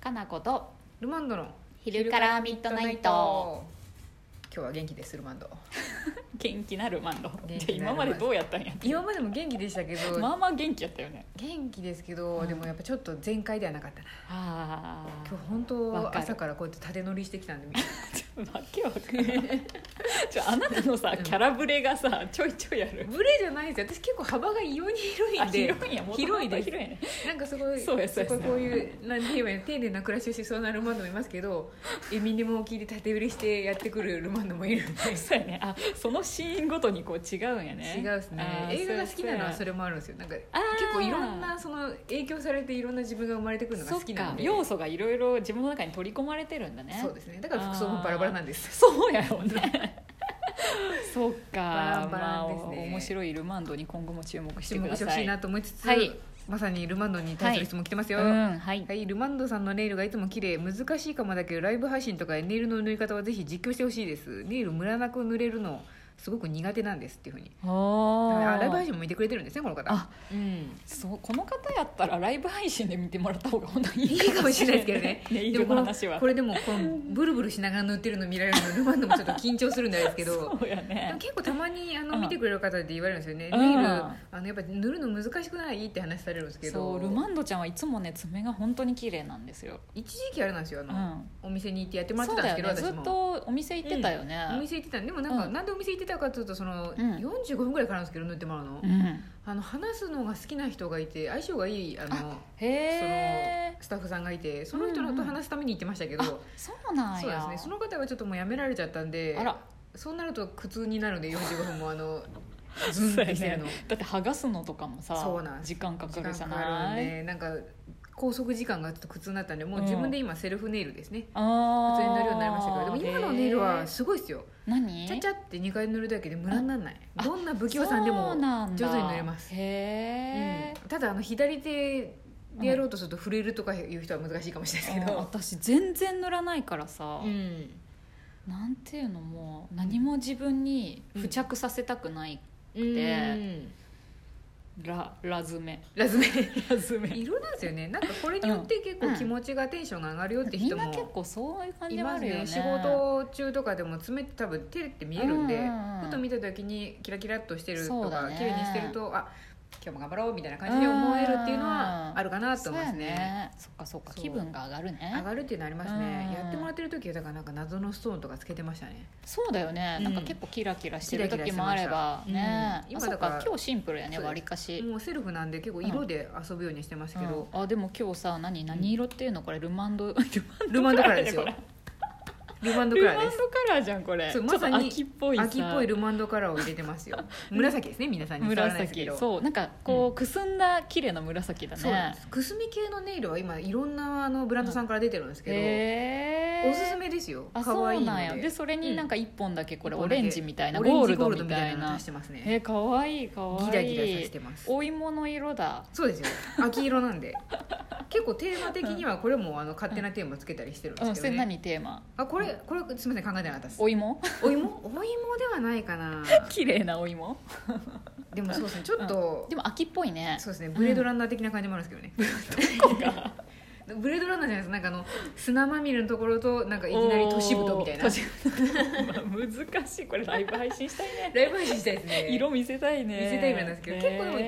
かなことルマンドの昼からミッドナイト。 今日は元気ですルマンド。 元気なルマンド。 元じゃあ今までどうやったんや。 今までも元気でしたけどまあまあ元気やったよね。 元気ですけど、でもやっぱちょっと全開ではなかったな。 あ今日本当朝からこうやって縦乗りしてきたんでわけわかんないあなたのさキャラブレがさちょいちょいある。 ブレじゃないですよ。私結構幅が異様に広いんで。 広いんや。 広いです。 広いね。 なんかすごいそうやそうやすごいこういうなんて言えばいいの、丁寧な暮らしをしそうなルマンドもいますけど、エミネも聞いて縦売りしてやってくるルマンドもいるんで。 そうやね。あ、そのシーンごとにこう違うんやね。 違うですね。映画が好きなのはそれもあるんですよ。なんか結構いろんなその影響されていろんな自分が生まれてくるのが好きなんで。 要素がいろいろ自分の中に取り込まれてるんだね。 そうですね。だから服装もバラバラなんです。 そうやよねそうか。 バラバラですね。 まあ、面白いルマンドに今後も注目してください。 注目してほしいなと思いつつ、 はい、 まさにルマンドに対する質問来てますよ。 はいはい、ルマンドさんのネイルがいつも綺麗、難しいかもだけどライブ配信とかでネイルの塗り方はぜひ実況してほしいです。ネイルムラなく塗れるのすごく苦手なんですっていうふうに。ライブ配信も見てくれてるんですねこの方。 そう、この方やったらライブ配信で見てもらった方が本当にいいかもしれないですけどねネイルの話はこれでもこのブルブルしながら塗ってるの見られるのルマンドもちょっと緊張するんですけどそうやね。 でも結構たまに見てくれる方で言われるんですよね、ネイルやっぱ塗るの難しくないって話されるんですけど、 そうルマンドちゃんはいつもね爪が本当に綺麗なんですよ。 一時期あれなんですよお店に行ってやってもらってたんですけど、 そうだよね、 私もずっとお店行ってたよね、 お店行ってたんでもなんでお店行ってたかというと45分ぐらいかかるんですけど塗ってもらうの、話すのが好きな人がいて相性がいいそのスタッフさんがいて、その人と話すために行ってましたけど、 そうなんや。 そうですね、その方がちょっともう辞められちゃったんで、そうなると苦痛になるんで45分もズンってしてるの、 だって剥がすのとかもさ時間かかるじゃない。 なんか拘束時間がちょっと苦痛になったんで、もう自分で今セルフネイルですね、普通に塗るようになりましたけど、でも今のネイルはすごいですよ。 何？ ちゃちゃって2回塗るだけでムラにならない。どんな不器用さんでも上手に塗れます。ただ左手でやろうとすると触れるとかいう人は難しいかもしれないですけど、 私全然塗らないからさ、なんていうのも何も自分に付着させたくないくて、ラズメ色なんですよね。なんかこれによって結構気持ちがテンションが上がるよって人もみんな結構そういう感じもあるよね。 仕事中とかでも爪って多分手って見えるんで、ふと見た時にキラキラっとしてるとか綺麗にしてると、今日も頑張ろうみたいな感じで思えるっていうのはあるかなと思いますね。 そっか気分が上がるね。 上がるっていうのありますね。やってもらってる時はだからなんか謎のストーンとかつけてましたね。 そうだよね、なんか結構キラキラしてる時もあればね。 今だから今日シンプルやね、わりかしもうセルフなんで結構色で遊ぶようにしてますけど、 でも今日さ何色っていうのこれルマンドカラーですよ。ルマンドカラーです。 ルマンドカラーじゃんこれ。 まさに秋っぽいルマンドカラーを入れてますよ。紫ですね、皆さんに伝わらないですけど。 そうなんかこうくすんだ綺麗な紫だね。 くすみ系のネイルは今いろんなブランドさんから出てるんですけど、おすすめですよ。可愛いので。 でそれになんか1本だけこれオレンジみたいなゴールドみたいな足してますね。 可愛い可愛い。 ギラギラさせてます。 お芋の色だ。 そうですよ。秋色なんで。結構テーマ的にはこれも勝手なテーマつけたりしてるんですけどね。 それ何テーマ？ これすみません考えてなかったです。 お芋ではないかな。 綺麗なお芋。 でもそうですね、ちょっとでも秋っぽいね。 そうですね、ブレードランナー的な感じもあるんですけどね。 どこがブレードランナーじゃないです。なんか砂まみれのところとなんかいきなり都市部とみたいな。 難しい。これライブ配信したいね。 ライブ配信したいですね。 色見せたいね。 見せたいぐらいなんですけど、結構でも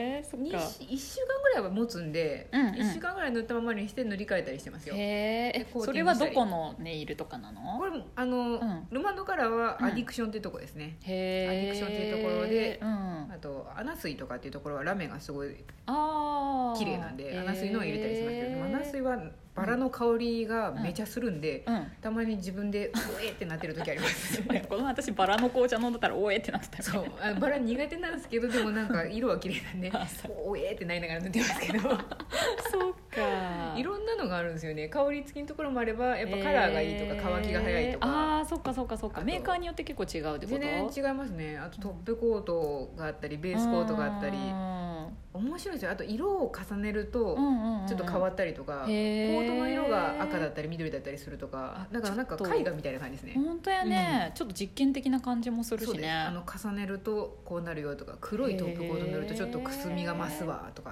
1週間ぐらいは持つんで、1週間ぐらい塗ったままにして塗り替えたりしてますよ。 それはどこのネイルとかなの？ これルマンドカラーはアディクションっていうところですね。アディクションっていうところで、あとアナスイとかっていうところはラメがすごい綺麗なんでアナスイのを入れたりしますけど、アナスイはバラの香りがめちゃするんで、たまに自分でおえってなってる時ありますこの私バラの紅茶飲んだったらおえってなってたよね。そうバラ苦手なんですけど、でもなんか色は綺麗なんでおえってなりながら塗ってますけどそうか、 いろんなのがあるんですよね。香り付きのところもあればやっぱカラーがいいとか乾きが早いとか、 そっかメーカーによって結構違うってこと？ 全然違いますね。あとトップコートがあったりベースコートがあったり面白いですよ。あと色を重ねるとちょっと変わったりとか、コートの色が赤だったり緑だったりするとか、だからなんか絵画みたいな感じですね。 本当やね、ちょっと実験的な感じもするしね。 重ねるとこうなるよとか、黒いトップコート塗るとちょっとくすみが増すわとか、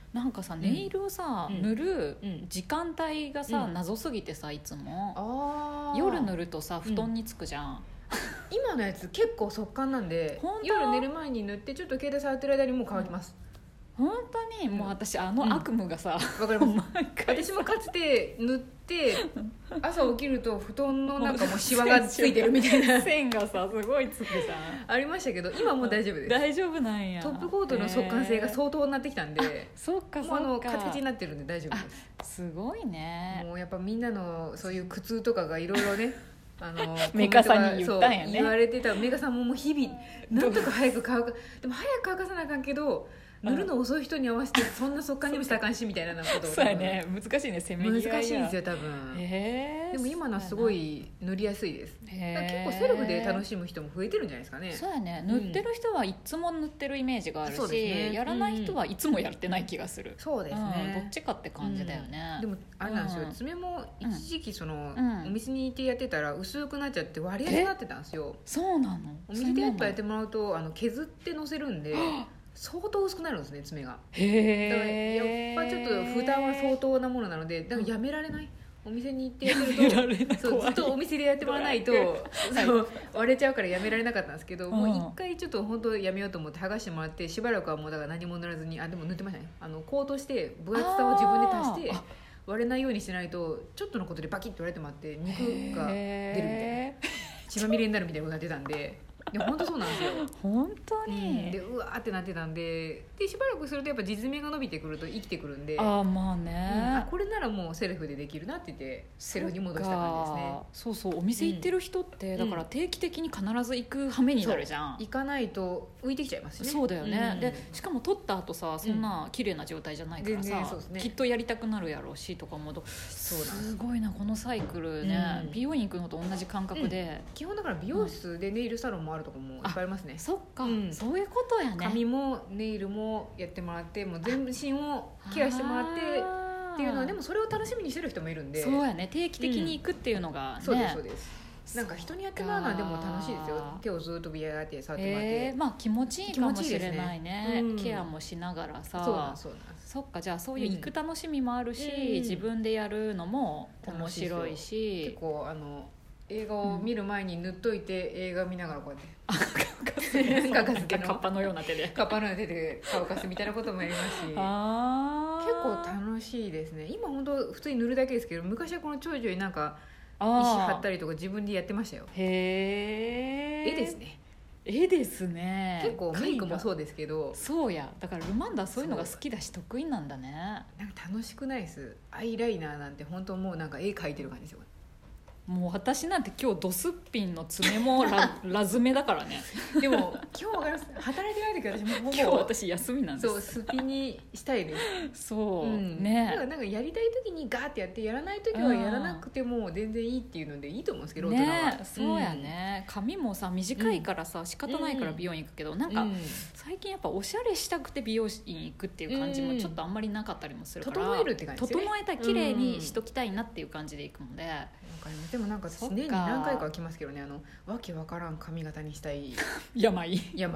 なんかさネイルをさ、塗る時間帯がさ、謎すぎてさいつも夜塗るとさ布団につくじゃん、 今のやつ結構速乾なんで夜寝る前に塗ってちょっと携帯触ってる間にもう乾きます、 本当にもう私悪夢がさ、 わかります私もかつて塗って朝起きると布団のなんかもうシワがついてるみたいな線がさすごいつくじゃんありましたけど今もう大丈夫です。 大丈夫なんや。 トップコートの速乾性が相当になってきたんで、 そっかそもうっか形になってるんで大丈夫です。 すごいね。 もうやっぱみんなのそういう苦痛とかがいろいろねメカさんに言ったんやね。 言われてたメカさんももう日々なんとか早く乾かでも早く乾かさなあかんけど塗るの遅い人に合わせてそんな速乾にもしたらあかんしみたいなことをそうやね、難しいね、せめぎ合いや難しいんですよ多分。でも今のはすごい塗りやすいです。結構セルフで楽しむ人も増えてるんじゃないですかね。 そうやね、塗ってる人はいつも塗ってるイメージがあるし、ね、やらない人はいつもやってない気がする。 そうですね、 どっちかって感じだよね。 でもあれなんですよ、爪も一時期お店にいてやってたら薄くなっちゃって割りやすくなってたんですよ。 そうなの。 お店でやってもらうと削ってのせるんで相当薄くなるんですね、爪が。 へえ。だからやっぱちょっと負担は相当なものなので、だからやめられない。お店に行ってやってるとずっとお店でやってもらわないと割れちゃうからやめられなかったんですけど、もう一回ちょっと本当やめようと思って剥がしてもらって、しばらくはもうだから何も塗らずに、でも塗ってましたね。コートして分厚さを自分で足して割れないようにしないとちょっとのことでバキッと割れてもらって肉が出るみたいな、血まみれになるみたいなことになってたんで。本当そうなんですよ。 本当に、 でうわーってなってたんで、しばらくするとやっぱ実名が伸びてくると生きてくるんで、 まあね、 これならもうセルフでできるなって言ってセルフに戻した感じですね。 そうそう、お店行ってる人って、だから定期的に必ず行く羽目になるじゃん。 行かないと浮いてきちゃいますしね。 そうだよね、でしかも取った後さ、そんな綺麗な状態じゃないからさ、きっとやりたくなるやろうしとかもすごいなこのサイクルね、美容院行くのと同じ感覚で、 基本だから美容室でネイルサロンもあるとこもいっぱいありますね。 そっか、そういうことやね。 髪もネイルもやってもらって、もう全身をケアしてもらってっていうのは、でもそれを楽しみにしてる人もいるんで。 そうやね、定期的に行くっていうのがね、 そうですそうです。なんか人にやってもらうのはでも楽しいですよ。手をずっとビヤーって触ってもらって、 まあ気持ちいいかもしれないね。ケアもしながらさ。そっか、じゃあそういう行く楽しみもあるし、自分でやるのも面白いし、 結構映画を見る前に塗っといて、映画見ながらこうやってカッパのような手で乾かすみたいなこともやりますし、結構楽しいですね。今本当普通に塗るだけですけど、昔はこの長女になんか石貼ったりとか自分でやってましたよ。 へえ。 絵ですね。 絵ですね。 結構メイクもそうですけど。 そうや、だからルマンダはそういうのが好きだし得意なんだね。 なんか楽しくないです。アイライナーなんて本当もうなんか絵描いてる感じですよ。 もう私なんて今日ドスッピンの爪もラ詰めだからね。 でも今日分かります。働いてない時私もほぼ今日私休みなんです。 そう、スピにしたいです。 そう、ね。 だからなんかやりたい時にガーってやって、やらない時はやらなくても全然いいっていうのでいいと思うんですけど、大人は。 そうやね。髪もさ短いからさ、仕方ないから美容院行くけど、なんか最近やっぱおしゃれしたくて美容院行くっていう感じもちょっとあんまりなかったりもするから、 整えるって感じですね。 整えたい、綺麗にしときたいなっていう感じで行くので。 でもなんか年に何回かは来ますけどね、わけわからん髪型にしたい病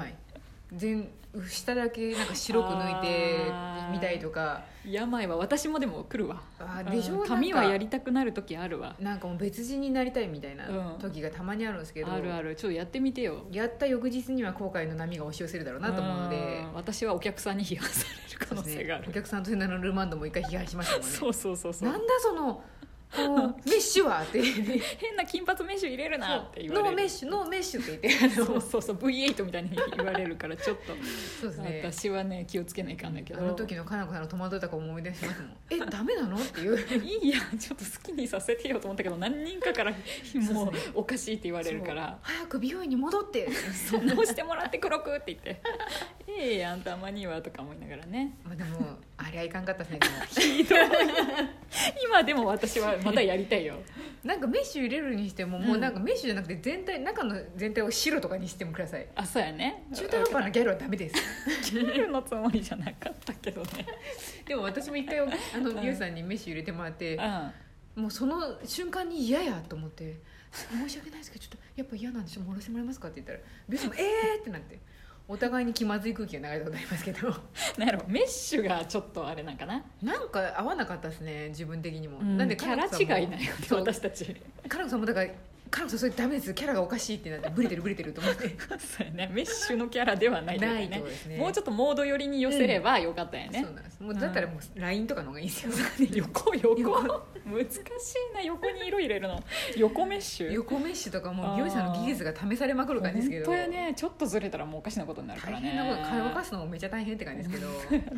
下だけなんか白く抜いてみたいとか。 病は私もでも来るわ。 でしょ。 髪はやりたくなる時あるわ。 なんかもう別人になりたいみたいな時がたまにあるんですけど、 あるある。ちょっとやってみてよ。 やった翌日には後悔の波が押し寄せるだろうなと思うので、 私はお客さんに批判される可能性がある。 お客さんという名のルマンドも一回批判しましたもんね。 そうなんだそのメッシュはって変な金髪メッシュ入れるなって言われる。 ノーメッシュって言ってそう V8 みたいに言われるからちょっとそうですね、 私はね気をつけないかんだけど、 あの時のかなこさんの戸惑いとか思い出しますもん。ダメなのっていういいやちょっと好きにさせてよと思ったけど、何人かからもうおかしいって言われるから、 早く美容院に戻ってそんなしてもらって黒くって言ってあんたまにはとか思いながらね。 でもあれはいかんかったですね。 ひどい今でも私はまたやりたいよ。 なんかメッシュ入れるにしても、もうなんかメッシュじゃなくて中の全体を白とかにしてもください。 そうやね。 中途半端なギャルはダメです。 ギャルのつもりじゃなかったけどね。 でも私も一回美容師さんにメッシュ入れてもらって、もうその瞬間に嫌やと思って、申し訳ないですけどちょっとやっぱ嫌なんでしょ、戻してもらえますかって言ったら美容師もってなって、 お互いに気まずい空気が流れたことありますけどなんやろメッシュがちょっとあれなんかな、 なんか合わなかったですね自分的にも、 なんでキャラ違いなんよね私たち。 カナコさんもだからカナコさんそれダメですキャラがおかしいってなってブレてると思ってそうやね、メッシュのキャラではないというかね、 ないとですね、 もうちょっとモード寄りに寄せればよかったよね、 そうなんです。もうだったらもう LINE とかの方がいいですよ、 横難しいな、横に色入れるの横メッシュ、 横メッシュとかもう美容師さんの技術が試されまくる感じですけど、 本当やね、ちょっとずれたらもうおかしなことになるからね、 大変なこと乾かすのもめっちゃ大変って感じですけど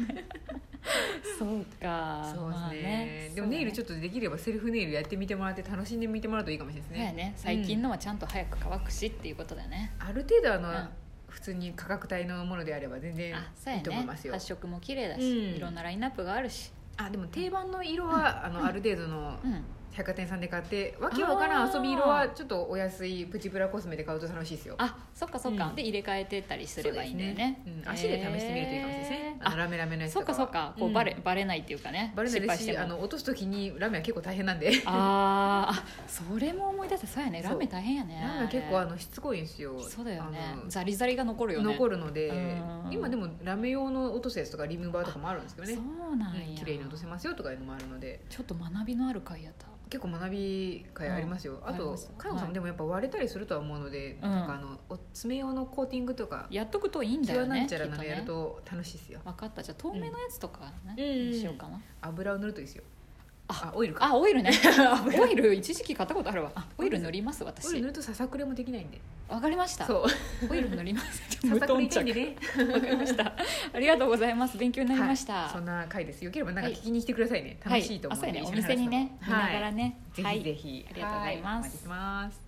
そうか、 そうですね、でもねネイルちょっとできればセルフネイルやってみてもらって楽しんでみてもらうといいかもしれないですね。 そうやね、最近のはちゃんと早く乾くしっていうことだね、 ある程度普通に価格帯のものであれば全然いいと思いますよ。 発色も綺麗だし、いろんなラインナップがあるし、 でも定番の色は、ある程度の百貨店さんで買って、わけわからん遊び色はちょっとお安いプチプラコスメで買うと楽しいですよ。 そっかそっか、で入れ替えてたりすればいいんだよね、 足で試してみるといいかもしれないですね。ラメラメのやつとかはそっかそっか、こうバレないっていうかね、 バレないですし、落とす時にラメは結構大変なんでそれも思い出せ、そうやね、ラメ大変やね、 ラメは結構しつこいんですよ。 そうだよね、ザリザリが残るよね、 残るので、今でもラメ用の落とすやつとかリムーバーとかもあるんですけどね、 そうなんや、 綺麗に落とせますよとかいうのもあるので、 ちょっと学びのある回やった。 結構学び会ありますよ、あとカナコさんもでもやっぱ割れたりするとは思うので、なんか爪用のコーティングとかやっとくといいんだよね、 なんちゃらなのやると楽しいですよ。 分かった、じゃあ透明のやつとかね、しようかな。 油を塗るといいですよ。オイルか、オイルねオイル一時期買ったことあるわ。オイル塗ります、私。 オイル塗るとささくれもできないんで。 わかりました、 そうオイル塗りますささくれいいんでねわかりました、ありがとうございます、勉強になりました、 そんな回です。よければなんか聞きに来てくださいね、楽しいと思うんで、 お店にね見ながらね、 ぜひぜひ、 ありがとうございます。 お待ちしてます。